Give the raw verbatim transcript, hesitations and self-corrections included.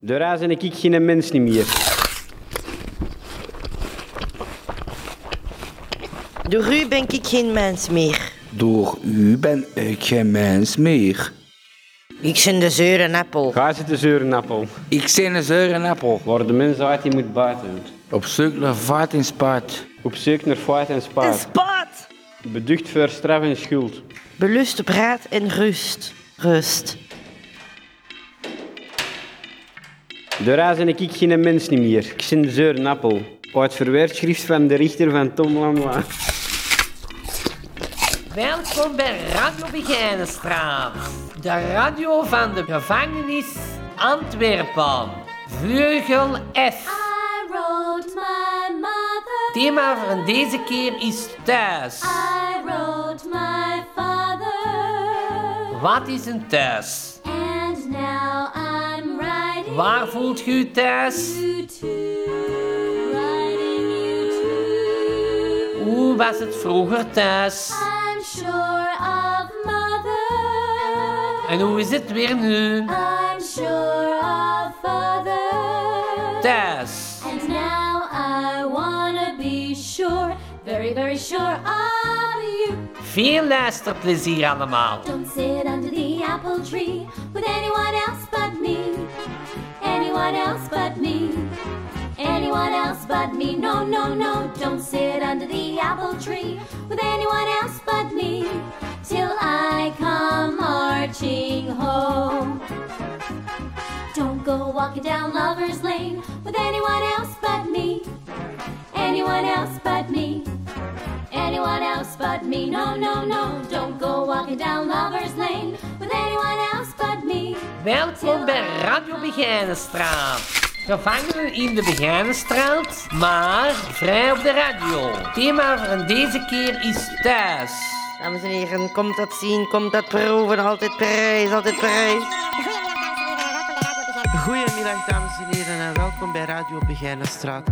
Daarna ben ik geen mens niet meer. Door u ben ik geen mens meer. Door u ben ik geen mens meer. Ik ben de zure appel. Ga zitten zeuren, appel. Ik ben een zure appel. Waar de mens uit die moet buiten. Op zoek naar vaart en spaat. Op zoek naar feit en Een spaat. spaat. Beducht voor straf en schuld. Belust op raad en rust. Rust. Daarna ben ik geen mens niet meer. Ik ben de zeuren appel. Uit verweerschrift van de richter van Tom Lanois. Welkom bij Radio Begijnenstraat, de radio van de gevangenis Antwerpen. Vleugel F. I wrote my mother. Thema van deze keer is thuis. I wrote my father. Wat is een thuis? And now I'm writing Waar voelt u u thuis? you too. Writing you too. Hoe was het vroeger thuis? I'm sure of mother. En hoe is het weer nu? I'm sure of father. Thuis. And now I wanna be sure, very, very sure of you. Veel luisterplezier allemaal. Don't sit under the apple tree with anyone else but me. Anyone else but me. Anyone else but me. No, no, no. Don't sit under the apple tree with anyone else but me. Till I come marching home. Don't go walking down Lover's Lane with anyone else but me. Anyone else but me. Anyone else but me. No, no, no. Don't go walking down Lover's Lane with anyone else but me. Welkom bij Radio Begijnenstraat. Gevangenen in de Begijnenstraat, maar vrij op de radio. Thema van deze keer is thuis. Dames en heren, komt dat zien, komt dat proeven. Altijd prijs, altijd prijs. Goedemiddag dames en heren en welkom bij Radio Begijnenstraat.